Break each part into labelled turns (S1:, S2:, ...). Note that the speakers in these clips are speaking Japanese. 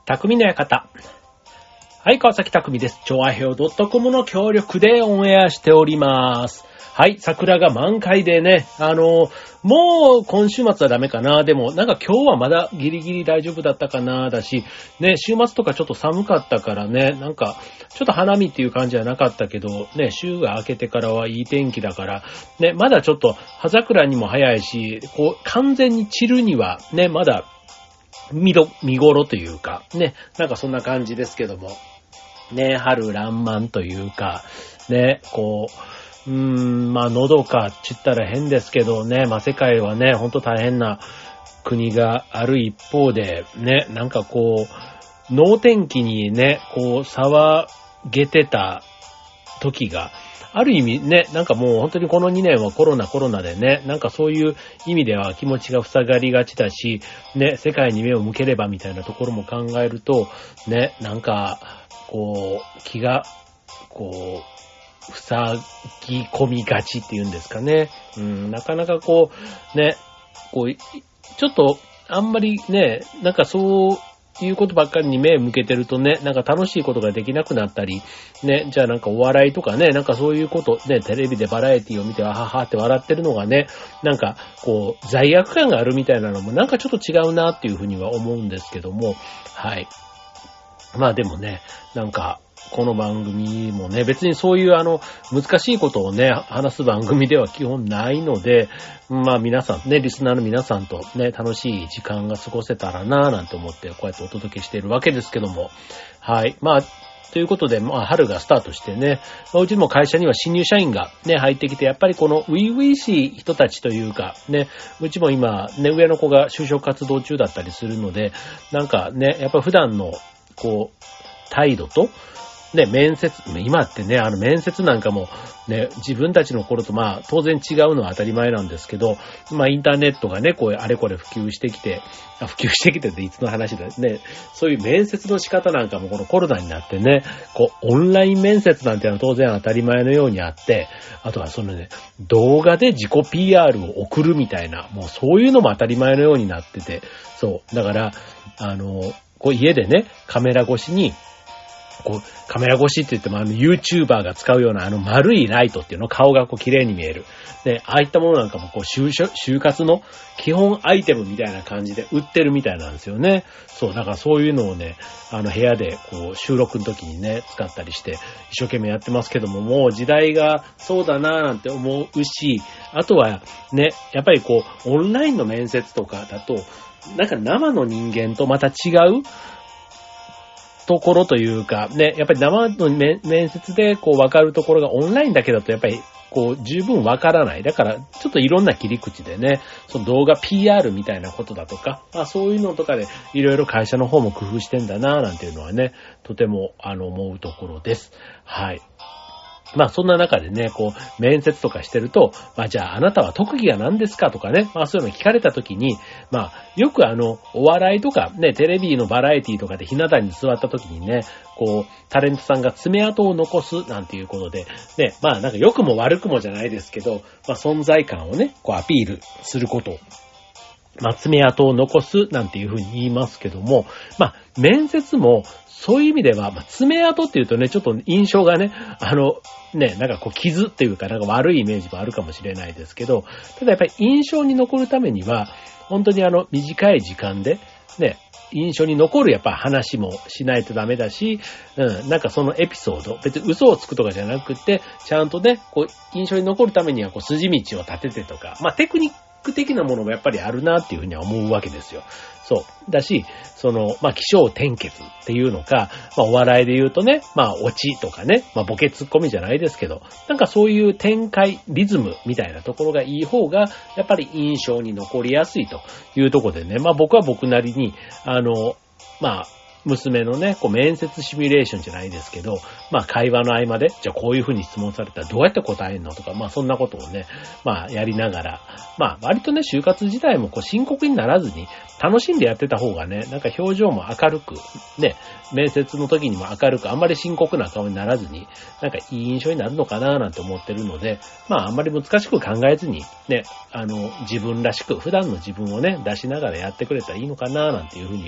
S1: 匠の館。はい、川崎匠です。調和表 .com の協力でオンエアしております。はい、桜が満開でね、もう今週末はダメかな。でもなんか今日はまだギリギリ大丈夫だったかな。だし、ね、週末とかちょっと寒かったからね、なんかちょっと花見っていう感じはなかったけど、ね、週が明けてからはいい天気だから、ね、まだちょっと葉桜にも早いし、こう完全に散るにはね、まだ見頃というか、ね、なんかそんな感じですけども、ね、春爛漫というか、ね、こう、まあ、のどかって言ったら変ですけどね、まあ、世界はね、ほんと大変な国がある一方で、ね、なんかこう、能天気にね、こう、騒げてた時が、ある意味ね、なんかもう本当にこの2年はコロナでね、なんかそういう意味では気持ちが塞がりがちだし、ね、世界に目を向ければみたいなところも考えると、ね、なんか、こう、気が、こう、塞ぎ込みがちっていうんですかね。なかなかこう、ね、こう、ちょっと、あんまりね、なんかそういうことばっかりに目を向けてるとね、なんか楽しいことができなくなったり、ね、じゃあなんかお笑いとかね、なんかそういうこと、ね、テレビでバラエティを見て、あははって笑ってるのがね、なんかこう、罪悪感があるみたいなのもなんかちょっと違うなっていうふうには思うんですけども、はい。まあでもね、なんか、この番組もね、別にそういう難しいことをね、話す番組では基本ないので、まあ皆さんね、リスナーの皆さんとね、楽しい時間が過ごせたらなぁなんて思ってこうやってお届けしているわけですけども。はい。まあ、ということで、まあ春がスタートしてね、うちも会社には新入社員がね、入ってきて、やっぱりこの初々しい人たちというか、ね、うちも今、ね、上の子が就職活動中だったりするので、なんかね、やっぱ普段のこう、態度と、ね、面接、今ってね、面接なんかもね、自分たちの頃とまあ当然違うのは当たり前なんですけど、まあインターネットがね、こうあれこれ普及してきてっていつの話だね、そういう面接の仕方なんかもこのコロナになってね、こうオンライン面接なんてのは当然当たり前のようにあって、あとはそのね、動画で自己 PR を送るみたいな、もうそういうのも当たり前のようになってて、そう、だから、こう家でね、カメラ越しに、こう、カメラ越しって言ってもYouTuber が使うような丸いライトっていうの、顔がこう綺麗に見える。で、ああいったものなんかもこう就活の基本アイテムみたいな感じで売ってるみたいなんですよね。そう、だからそういうのをね、部屋でこう収録の時にね、使ったりして一生懸命やってますけども、もう時代がそうだなぁなんて思うし、あとはね、やっぱりこう、オンラインの面接とかだと、なんか生の人間とまた違うところというか、ね、やっぱり生の面接でこう分かるところがオンラインだけだとやっぱりこう十分分からない。だからちょっといろんな切り口でね、その動画 PR みたいなことだとか、まあそういうのとかでいろいろ会社の方も工夫してんだなぁなんていうのはね、とても思うところです。はい。まあそんな中でね、こう、面接とかしてると、まあじゃああなたは特技が何ですかとかね、まあそういうの聞かれた時に、まあよくお笑いとかね、テレビのバラエティとかでひな壇に座った時にね、こう、タレントさんが爪痕を残すなんていうことで、ね、まあなんか良くも悪くもじゃないですけど、まあ存在感をね、こうアピールすること。まあ、爪痕を残すなんていうふうに言いますけども、まあ、面接もそういう意味では、まあ、爪痕っていうとね、ちょっと印象がね、なんかこう傷っていうかなんか悪いイメージもあるかもしれないですけど、ただやっぱり印象に残るためには、本当に短い時間で、ね、印象に残るやっぱ話もしないとダメだし、なんかそのエピソード、別に嘘をつくとかじゃなくて、ちゃんとね、こう、印象に残るためにはこう筋道を立ててとか、まあテクニック的なものもやっぱりあるなっていうふうには思うわけですよ。そう。だし、まあ、起承転結っていうのか、まあ、お笑いで言うとね、まあ、オチとかね、まあ、ボケツッコミじゃないですけど、なんかそういう展開、リズムみたいなところがいい方が、やっぱり印象に残りやすいというところでね、まあ、僕は僕なりに、まあ、娘のね、こう面接シミュレーションじゃないですけど、まあ会話の合間で、じゃあこういうふうに質問されたらどうやって答えるのとか、まあそんなことをね、まあやりながら、まあ割とね、就活自体もこう深刻にならずに、楽しんでやってた方がね、なんか表情も明るく、ね、面接の時にも明るく、あんまり深刻な顔にならずに、なんかいい印象になるのかななんて思ってるので、まああんまり難しく考えずに、ね、自分らしく、普段の自分をね、出しながらやってくれたらいいのかななんていうふうに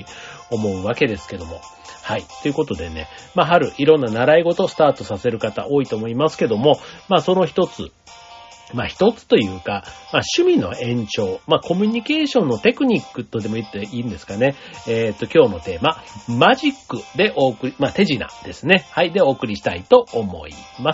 S1: 思うわけですけども。はい。ということでね、春、いろんな習い事をスタートさせる方多いと思いますけども、その一つというか、趣味の延長、コミュニケーションのテクニックとでも言っていいんですかね。今日のテーマ、マジックでお送り、手品ですね。はい。でお送りしたいと思います。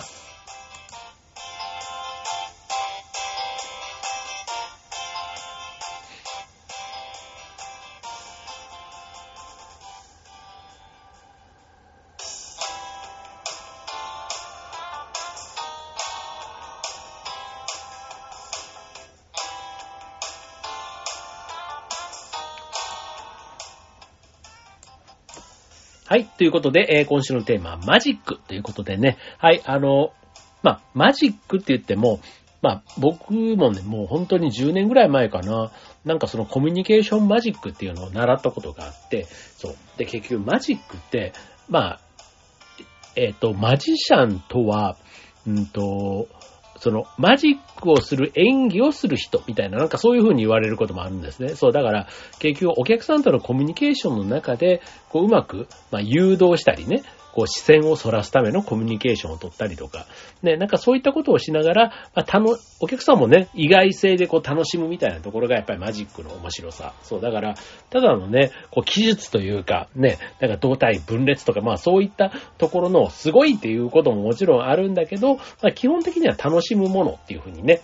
S1: はい。ということで、今週のテーマはマジックということでね。はい。マジックって言っても、僕もね、もう本当に10年ぐらい前かな。なんかそのコミュニケーションマジックっていうのを習ったことがあって、そう。で、結局マジックって、マジシャンとは、そのマジックをする演技をする人みたいな、なんかそういう風に言われることもあるんですね。そう、だから結局お客さんとのコミュニケーションの中で、こううまく、誘導したりね、こう視線をそらすためのコミュニケーションを取ったりとか、ね、なんかそういったことをしながら、お客さんもね、意外性でこう楽しむみたいなところがやっぱりマジックの面白さ。そう、だから、ただのね、こう技術というか、ね、なんか動体分裂とか、そういったところのすごいっていうことももちろんあるんだけど、基本的には楽しむものっていうふうにね、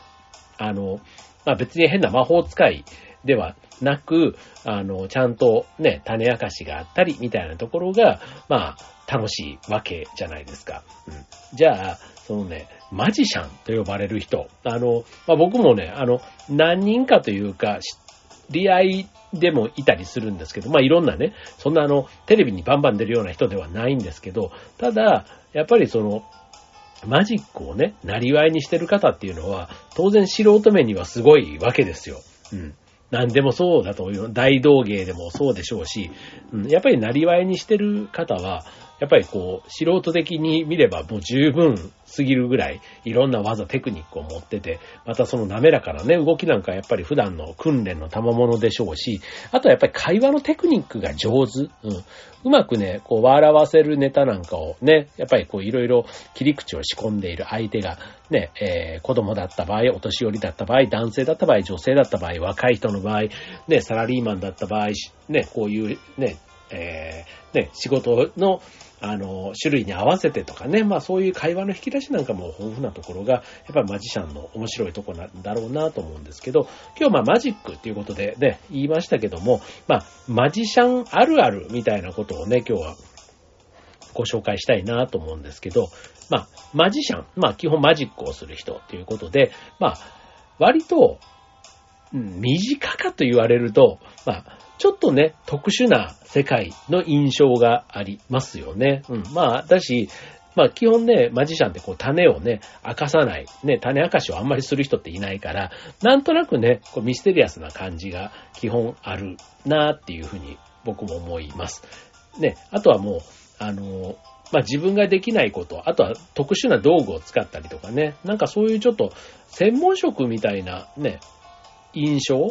S1: 別に変な魔法使いではなく、ちゃんとね、種明かしがあったりみたいなところが、楽しいわけじゃないですか。うん。じゃあ、そのね、マジシャンと呼ばれる人、僕もね、何人かというか、知り合いでもいたりするんですけど、いろんなね、そんなテレビにバンバン出るような人ではないんですけど、ただ、やっぱりその、マジックをね、なりわいにしてる方っていうのは、当然素人目にはすごいわけですよ。うん。何でもそうだと思う。大道芸でもそうでしょうし、やっぱりなりわいにしてる方は、やっぱりこう、素人的に見ればもう十分すぎるぐらい、いろんな技、テクニックを持ってて、またその滑らかなね、動きなんかやっぱり普段の訓練の賜物でしょうし、あとはやっぱり会話のテクニックが上手。うまくね、こう、笑わせるネタなんかをね、やっぱりこう、いろいろ切り口を仕込んでいる相手が、ね、子供だった場合、お年寄りだった場合、男性だった場合、女性だった場合、若い人の場合、ね、サラリーマンだった場合、ね、こういうね、仕事の、種類に合わせてとかね、そういう会話の引き出しなんかも豊富なところが、やっぱりマジシャンの面白いところなんだろうなと思うんですけど、今日マジックっていうことでね、言いましたけども、マジシャンあるあるみたいなことをね、今日はご紹介したいなと思うんですけど、マジシャン、基本マジックをする人っていうことで、割と、身近かと言われると、ちょっとね、特殊な世界の印象がありますよね。だし、基本ね、マジシャンってこう種をね、明かさない、ね、種明かしをあんまりする人っていないから、なんとなくね、こうミステリアスな感じが基本あるなっていうふうに僕も思います。ね、あとはもう、自分ができないこと、あとは特殊な道具を使ったりとかね、なんかそういうちょっと専門職みたいなね、印象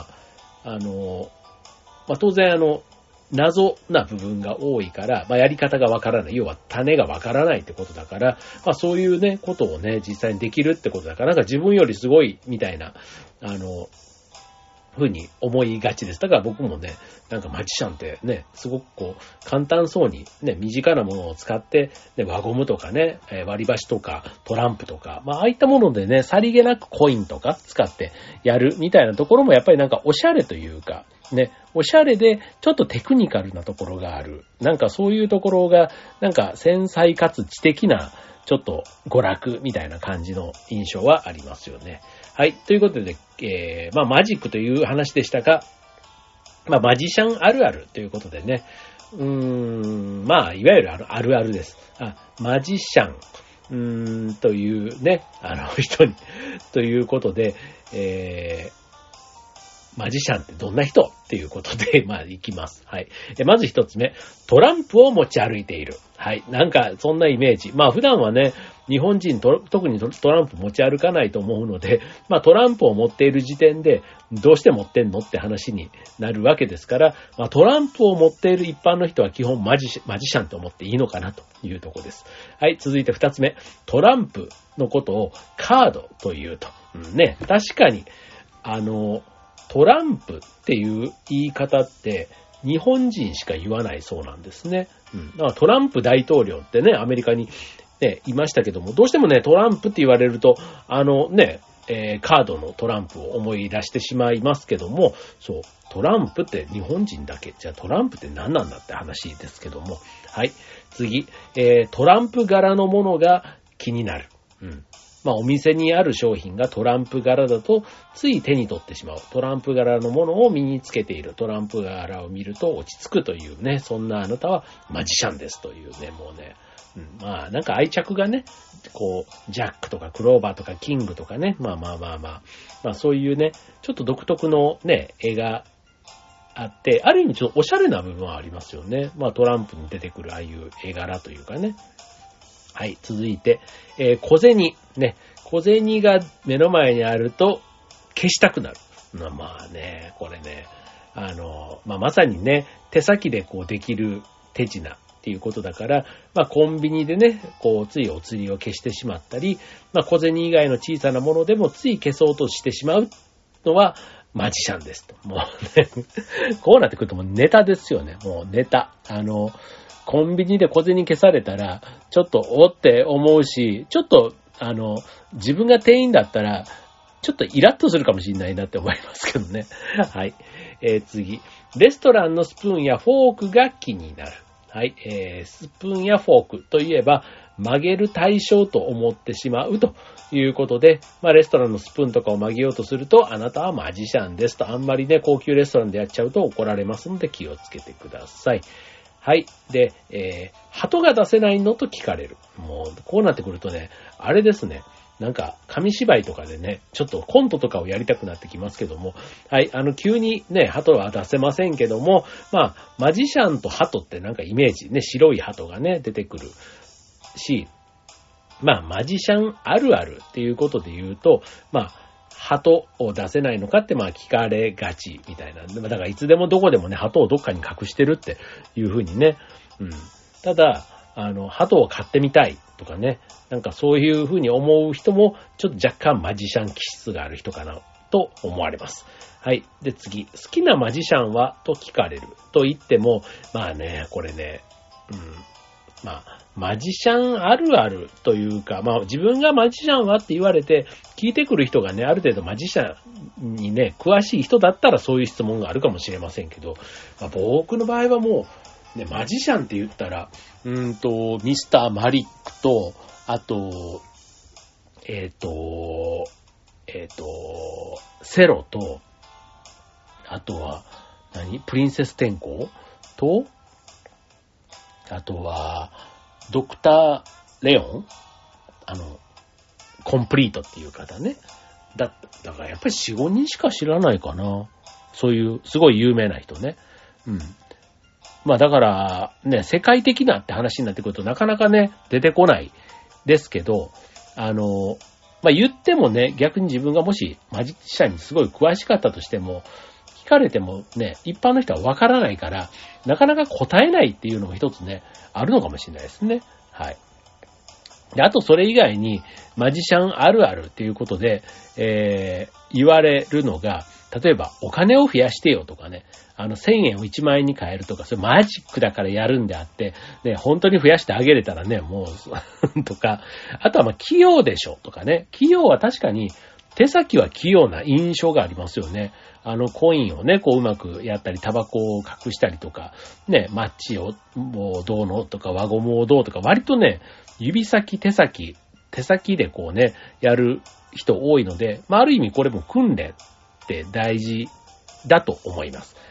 S1: 当然謎な部分が多いから、やり方がわからない。要は種がわからないってことだから、そういうね、ことをね、実際にできるってことだから、なんか自分よりすごいみたいな、ふうに思いがちです。だから僕もね、なんかマジシャンってね、すごくこう、簡単そうにね、身近なものを使って、ね、輪ゴムとかね、割り箸とかトランプとか、ああいったものでね、さりげなくコインとか使ってやるみたいなところもやっぱりなんかおしゃれというか、ね、おしゃれでちょっとテクニカルなところがある。なんかそういうところが、なんか繊細かつ知的な、ちょっと娯楽みたいな感じの印象はありますよね。はい。ということで、マジックという話でしたが、マジシャンあるあるということでね、いわゆるあるあるです。マジシャン、というね、人に、ということで、 マジシャンってどんな人っていうことで、いきます。はい。まず一つ目、トランプを持ち歩いている。はい。なんか、そんなイメージ。普段はね、日本人特にトランプ持ち歩かないと思うので、トランプを持っている時点で、どうして持ってんのって話になるわけですから、トランプを持っている一般の人は基本マジシャンと思っていいのかなというところです。はい。続いて二つ目、トランプのことをカードというと。ね、確かに、トランプっていう言い方って日本人しか言わないそうなんですね。だからトランプ大統領ってね、アメリカにね、いましたけども、どうしてもね、トランプって言われると、カードのトランプを思い出してしまいますけども、そう、トランプって日本人だけ。じゃあトランプって何なんだって話ですけども。はい。次、トランプ柄のものが気になる。お店にある商品がトランプ柄だとつい手に取ってしまう。トランプ柄のものを身につけている。トランプ柄を見ると落ち着くというね、そんなあなたはマジシャンですというね、もうね。なんか愛着がね、こう、ジャックとかクローバーとかキングとかね、そういうね、ちょっと独特のね、絵があって、ある意味ちょっとおしゃれな部分はありますよね。トランプに出てくるああいう絵柄というかね。はい、続いて、小銭。ね、小銭が目の前にあると消したくなる。これね、まさにね、手先でこうできる手品っていうことだから、コンビニでね、こう、ついお釣りを消してしまったり、小銭以外の小さなものでもつい消そうとしてしまうのは、マジシャンですと。もうね、こうなってくるともうネタですよね。もうネタ。コンビニで小銭消されたら、ちょっとおって思うし、ちょっと、自分が店員だったら、ちょっとイラッとするかもしれないなって思いますけどね。はい。次。レストランのスプーンやフォークが気になる。はい。スプーンやフォークといえば、曲げる対象と思ってしまうということで、レストランのスプーンとかを曲げようとすると、あなたはマジシャンですと。あんまりね、高級レストランでやっちゃうと怒られますので気をつけてください。はい。で、鳩が出せないのと聞かれる。もう、こうなってくるとね、あれですね。なんか、紙芝居とかでね、ちょっとコントとかをやりたくなってきますけども、はい、急にね、鳩は出せませんけども、マジシャンと鳩ってなんかイメージね、白い鳩がね、出てくるし、マジシャンあるあるっていうことで言うと、鳩を出せないのかって聞かれがちみたいな。だからいつでもどこでもね、鳩をどっかに隠してるっていう風にね。ただ、鳩を飼ってみたいとかね。なんかそういう風に思う人も、ちょっと若干マジシャン気質がある人かなと思われます。はい。で次、好きなマジシャンはと聞かれると言っても、これね、マジシャンあるあるというか、自分がマジシャンはって言われて、聞いてくる人がね、ある程度マジシャンにね、詳しい人だったらそういう質問があるかもしれませんけど、僕の場合はもう、ね、マジシャンって言ったら、ミスターマリックと、あと、セロと、あとは、プリンセス天功と、あとは、ドクターレオンコンプリートっていう方ね。だからやっぱり4、5人しか知らないかな。そういう、すごい有名な人ね。だからね、世界的なって話になってくるとなかなかね、出てこないですけど、言ってもね、逆に自分がもしマジシャンにすごい詳しかったとしても、聞かれてもね、一般の人はわからないから、なかなか答えないっていうのも一つね、あるのかもしれないですね。はい。で、あとそれ以外に、マジシャンあるあるっていうことで、言われるのが、例えばお金を増やしてよとかね、1000円を1万円に変えるとか、それマジックだからやるんであって、ね、本当に増やしてあげれたらね、もう、とか、あとは器用でしょとかね、器用は確かに、手先は器用な印象がありますよね。コインをね、こううまくやったり、タバコを隠したりとか、ね、マッチをもうどうのとか、輪ゴムをどうとか、割とね、指先、手先でこうね、やる人多いので、ある意味これも訓練って大事だと思います。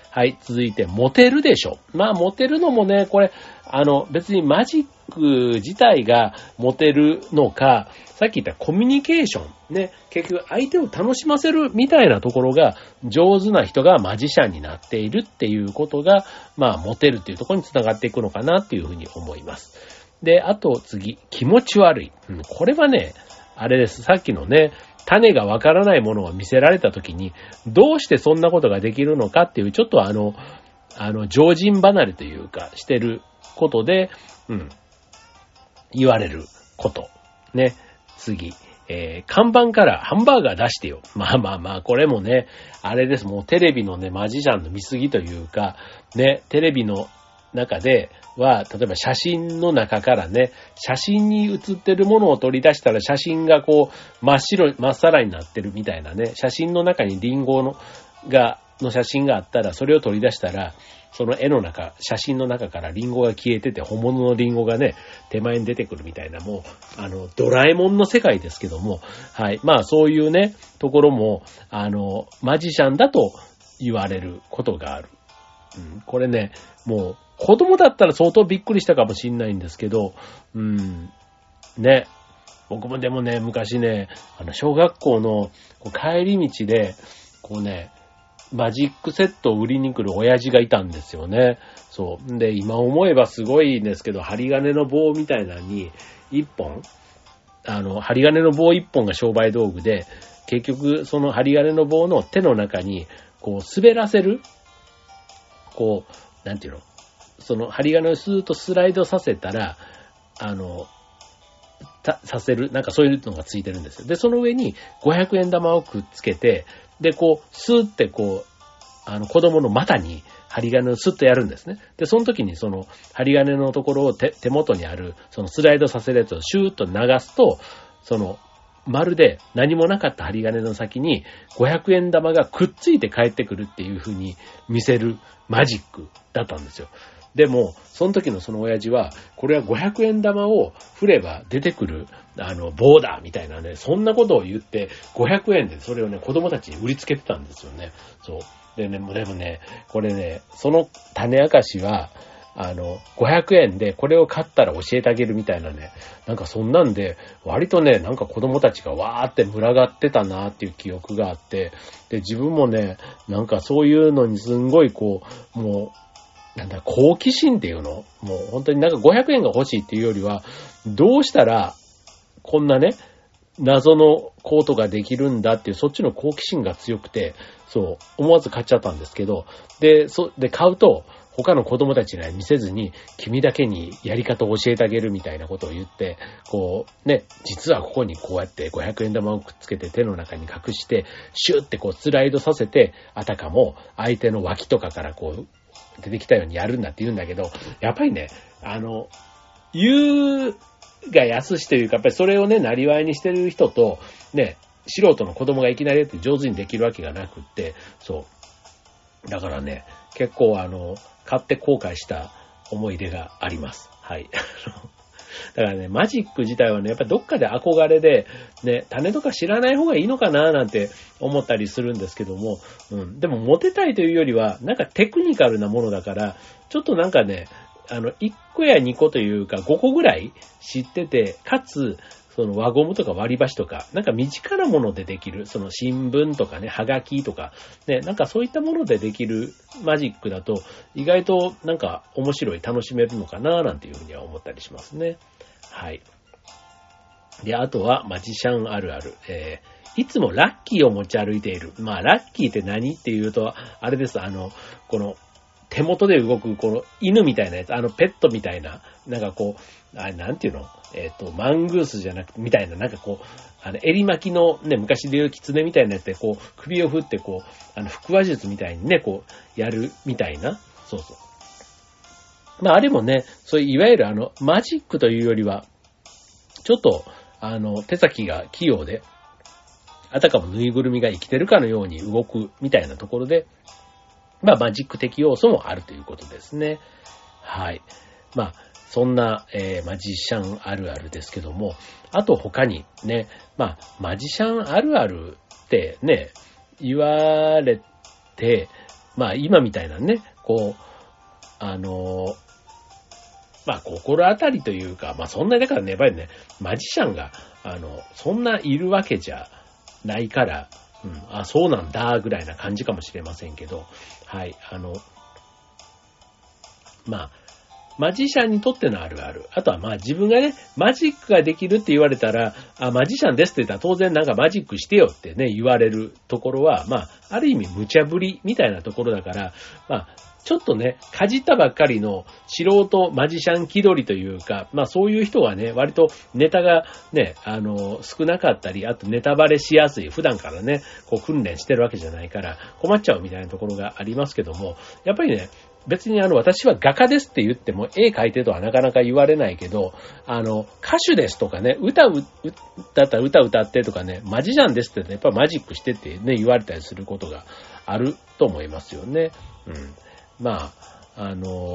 S1: はい、続いて、モテるでしょ。まあ、モテるのもね、これ、別にマジック自体がモテるのか、さっき言ったコミュニケーション、ね、結局相手を楽しませるみたいなところが上手な人がマジシャンになっているっていうことが、まあ、モテるっていうところにつながっていくのかなっていうふうに思います。で、あと次、気持ち悪い。これはね、あれです。さっきのね、種がわからないものを見せられたときに、どうしてそんなことができるのかっていう、ちょっと常人離れというか、してることで、言われること。ね。次。看板からハンバーガー出してよ。まあ、これもね、あれです。もうテレビのね、マジシャンの見過ぎというか、ね、テレビの中では、例えば写真の中からね、写真に写ってるものを取り出したら写真がこう、真っさらになってるみたいなね、写真の中にリンゴの写真があったら、それを取り出したら、その絵の中、写真の中からリンゴが消えてて、本物のリンゴがね、手前に出てくるみたいな、もう、ドラえもんの世界ですけども、はい。まあ、そういうね、ところも、マジシャンだと言われることがある。これね、もう、子供だったら相当びっくりしたかもしんないんですけど、ね。僕もでもね、昔ね、小学校の帰り道で、こうね、マジックセットを売りに来る親父がいたんですよね。そう。で、今思えばすごいんですけど、針金の棒みたいなのに、一本、針金の棒一本が商売道具で、結局、その針金の棒の手の中に、こう、滑らせる、こう、なんていうの、その針金をスーッとスライドさせたら、させる、なんかそういうのがついてるんですよ。で、その上に500円玉をくっつけて、で、こう、スーってこう、子供の股に針金をスッとやるんですね。で、その時にその針金のところを手元にある、そのスライドさせるやつをシューッと流すと、その、まるで何もなかった針金の先に500円玉がくっついて帰ってくるっていう風に見せるマジックだったんですよ。でも、その時のその親父は、これは500円玉を振れば出てくる、棒だみたいなね、そんなことを言って、500円でそれをね、子供たちに売りつけてたんですよね。そう。でね、でもね、これね、その種明かしは、500円でこれを買ったら教えてあげるみたいなね、なんかそんなんで、割とね、なんか子供たちがわーって群がってたなーっていう記憶があって、で、自分もね、なんかそういうのにすんごいこう、もう、なんだ、好奇心っていうの？もう本当になんか500円が欲しいっていうよりは、どうしたら、こんなね、謎のコートができるんだっていう、そっちの好奇心が強くて、そう、思わず買っちゃったんですけど、で、買うと、他の子供たちには見せずに、君だけにやり方を教えてあげるみたいなことを言って、こう、ね、実はここにこうやって500円玉をくっつけて手の中に隠して、シューってこうスライドさせて、あたかも相手の脇とかからこう、出てきたようにやるんだって言うんだけど、やっぱりね、言うが安しというか、やっぱりそれをね、なりわいにしてる人と、ね、素人の子供がいきなりやって上手にできるわけがなくって、そう。だからね、結構買って後悔した思い出があります。はい。だからね、マジック自体はね、やっぱりどっかで憧れで、ね、種とか知らない方がいいのかななんて思ったりするんですけども、でもモテたいというよりは、なんかテクニカルなものだから、ちょっとなんかね、1個や2個というか5個ぐらい知ってて、かつ、その輪ゴムとか割り箸とか、なんか身近なものでできる、その新聞とかね、はがきとか、ね、なんかそういったものでできるマジックだと、意外となんか面白い、楽しめるのかななんていうふうには思ったりしますね。はい。で、あとはマジシャンあるある。いつもラッキーを持ち歩いている。まあ、ラッキーって何っていうと、あれです。この、手元で動く、この犬みたいなやつ、ペットみたいな、なんかこう、なんていうの？マングースじゃなくて、みたいな、なんかこう、襟巻きのね、昔でいう狐みたいなやつで、こう、首を振って、こう、腹話術みたいにね、こう、やるみたいな。そうそう。まあ、あれもね、そういう、いわゆるマジックというよりは、ちょっと、手先が器用で、あたかもぬいぐるみが生きてるかのように動くみたいなところで、まあ、マジック的要素もあるということですね。はい。まあ、そんな、マジシャンあるあるですけども、あと他にね、まあ、マジシャンあるあるってね、言われて、 まあ今みたいなね、まあ心当たりというか、まあそんなだからね、やっぱりね、マジシャンが、そんないるわけじゃないから、そうなんだ、ぐらいな感じかもしれませんけど、はい、まあ、マジシャンにとってのあるある。あとはまあ自分がね、マジックができるって言われたら、マジシャンですって言ったら当然なんかマジックしてよってね、言われるところは、まあ、ある意味無茶ぶりみたいなところだから、まあ、ちょっとね、かじったばっかりの素人マジシャン気取りというか、まあそういう人はね、割とネタがね、少なかったり、あとネタバレしやすい、普段からね、訓練してるわけじゃないから困っちゃうみたいなところがありますけども、やっぱりね、別に私は画家ですって言っても絵描いてとはなかなか言われないけど、歌手ですとかね、歌ったら歌歌ってとかね、マジシャンですってね、やっぱマジックしてってね、言われたりすることがあると思いますよね。まあ、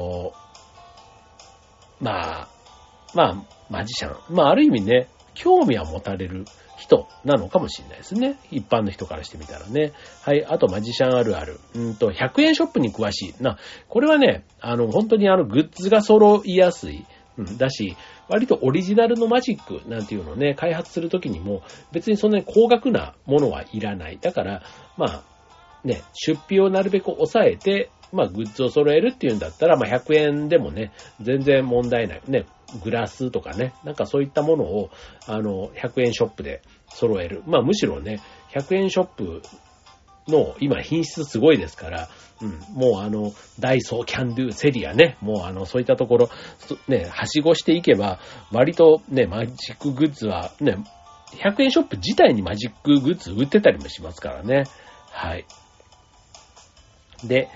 S1: マジシャン。まあ、ある意味ね、興味は持たれる人なのかもしれないですね。一般の人からしてみたらね。はい。あと、マジシャンあるある。100円ショップに詳しい。これはね、本当にグッズが揃いやすい。だし、割とオリジナルのマジックなんていうのをね、開発するときにも、別にそんなに高額なものはいらない。だから、まあ、ね、出費をなるべく抑えて、まあ、グッズを揃えるっていうんだったら、まあ、100円でもね、全然問題ない。ね、グラスとかね、なんかそういったものを、100円ショップで揃える。まあ、むしろね、100円ショップの、今品質すごいですから、もうダイソー、キャンドゥ、セリアね、もうそういったところ、ね、はしごしていけば、割とね、マジックグッズはね、100円ショップ自体にマジックグッズ売ってたりもしますからね。はい。で、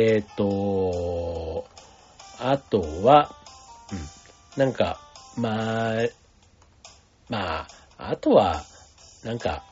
S1: あとは、なんか、あとは、なんか、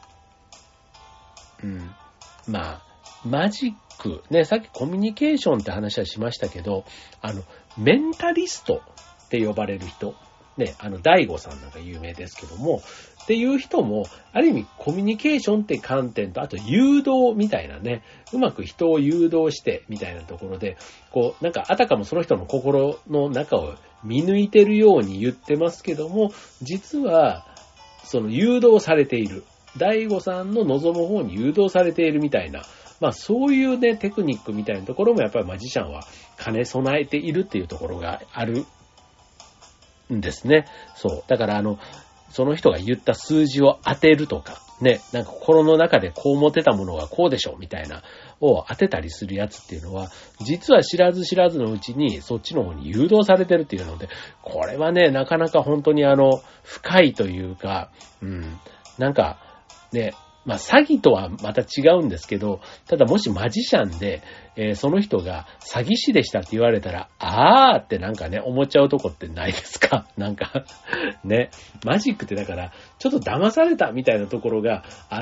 S1: マジック、ね、さっきコミュニケーションって話はしましたけど、メンタリストって呼ばれる人、ね、大悟さんなんか有名ですけども、っていう人も、ある意味コミュニケーションって観点と、あと誘導みたいなね、うまく人を誘導してみたいなところで、なんかあたかもその人の心の中を見抜いてるように言ってますけども、実は、その誘導されている。大悟さんの望む方に誘導されているみたいな、まあそういうね、テクニックみたいなところもやっぱりマジシャンは兼ね備えているっていうところがあるんですね。そう。だからその人が言った数字を当てるとか、ね、なんか心の中でこう思ってたものがこうでしょみたいなを当てたりするやつっていうのは、実は知らず知らずのうちにそっちの方に誘導されてるっていうので、これはね、なかなか本当に深いというか、なんか、ね、まあ詐欺とはまた違うんですけど、ただもしマジシャンで、その人が詐欺師でしたって言われたら、ってなんかね、思っちゃうとこってないですか？なんか、ね、マジックってだから、ちょっと騙されたみたいなところがあって、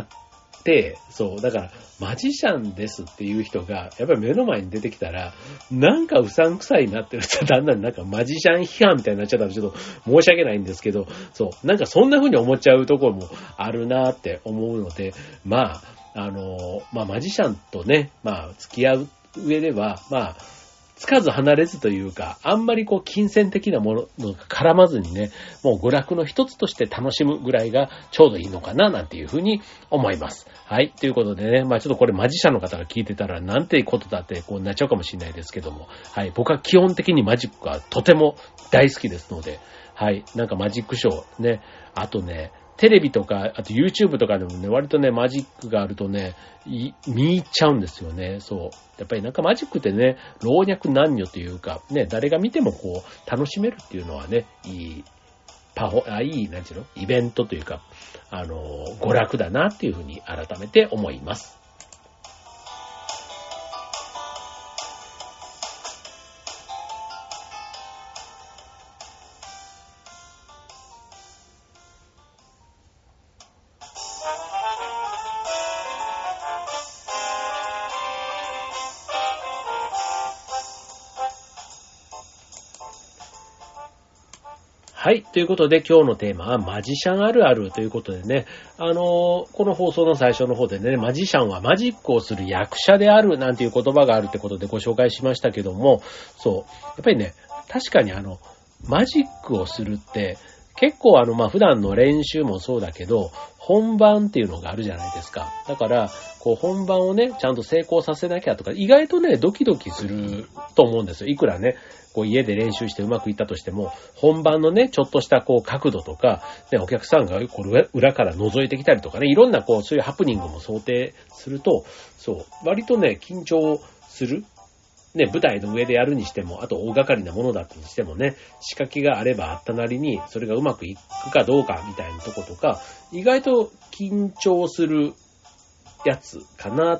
S1: そう、だから、マジシャンですっていう人が、やっぱり目の前に出てきたら、なんかうさんくさいなってると、だんだんなんかマジシャン批判みたいになっちゃったらちょっと申し訳ないんですけど、そう、なんかそんな風に思っちゃうところもあるなって思うので、マジシャンとね、付き合う上では、つかず離れずというか、あんまり金銭的なものが絡まずにね、もう娯楽の一つとして楽しむぐらいがちょうどいいのかな、なんていうふうに思います。はい。ということでね、ちょっとこれマジシャンの方が聞いてたらなんてことだってなっちゃうかもしれないですけども、はい。僕は基本的にマジックがとても大好きですので、はい。なんかマジックショーね、あとね、テレビとか、あと YouTube とかでもね、割とね、マジックがあるとね、見入っちゃうんですよね。そう。やっぱりなんかマジックってね、老若男女というか、ね、誰が見ても楽しめるっていうのはね、いいイベントというか、娯楽だなっていうふうに改めて思います。ははい。ということで今日のテーマはマジシャンあるあるということでね、この放送の最初の方でね、マジシャンはマジックをする役者であるなんていう言葉があるってことでご紹介しましたけども、そう。やっぱりね、確かにマジックをするって結構普段の練習もそうだけど、本番っていうのがあるじゃないですか。だから、本番をね、ちゃんと成功させなきゃとか、意外とね、ドキドキすると思うんですよ。いくらね、家で練習してうまくいったとしても、本番のね、ちょっとした角度とか、ね、お客さんが裏から覗いてきたりとかね、いろんなそういうハプニングも想定すると、そう、割とね、緊張する。ね、舞台の上でやるにしても、あと大掛かりなものだったにしてもね、仕掛けがあればあったなりに、それがうまくいくかどうかみたいなとことか、意外と緊張するやつかな、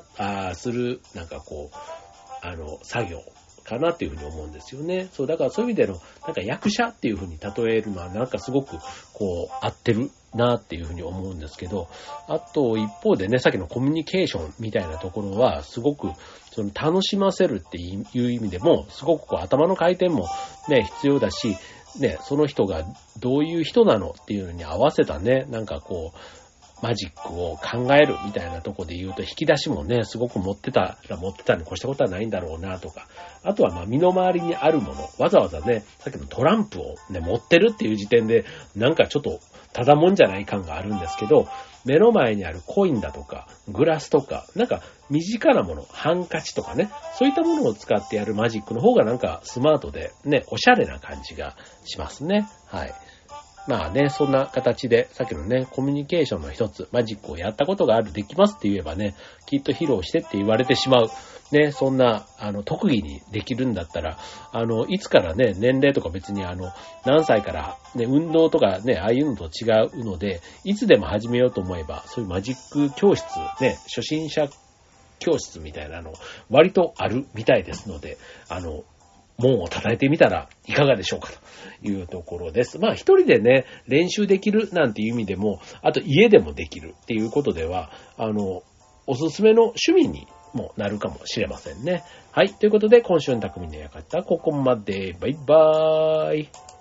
S1: 作業かなっていうふうに思うんですよね。そう、だからそういう意味での、役者っていうふうに例えるのはすごく合ってるなっていうふうに思うんですけど、あと一方でね、さっきのコミュニケーションみたいなところは、すごく楽しませるっていう意味でも、すごく頭の回転もね、必要だし、ね、その人がどういう人なのっていうのに合わせたね、マジックを考えるみたいなとこで言うと、引き出しもね、すごく持ってたに越したことはないんだろうなとか、あとは身の回りにあるもの、わざわざね、さっきのトランプをね、持ってるっていう時点で、ちょっとただもんじゃない感があるんですけど、目の前にあるコインだとか、グラスとか、身近なもの、ハンカチとかね、そういったものを使ってやるマジックの方がスマートでね、おしゃれな感じがしますね。はい。そんな形で、さっきのね、コミュニケーションの一つ、マジックをやったことがある、できますって言えばね、きっと披露してって言われてしまう。ね、そんな、特技にできるんだったら、いつからね、年齢とか別に何歳からね、運動とかね、ああいうのと違うので、いつでも始めようと思えば、そういうマジック教室、ね、初心者教室みたいなの、割とあるみたいですので、門を叩いてみたらいかがでしょうかというところです。一人でね、練習できるなんていう意味でも、あと家でもできるっていうことでは、おすすめの趣味にもなるかもしれませんね。はい。ということで、今週の匠の館、ここまで。バイバーイ。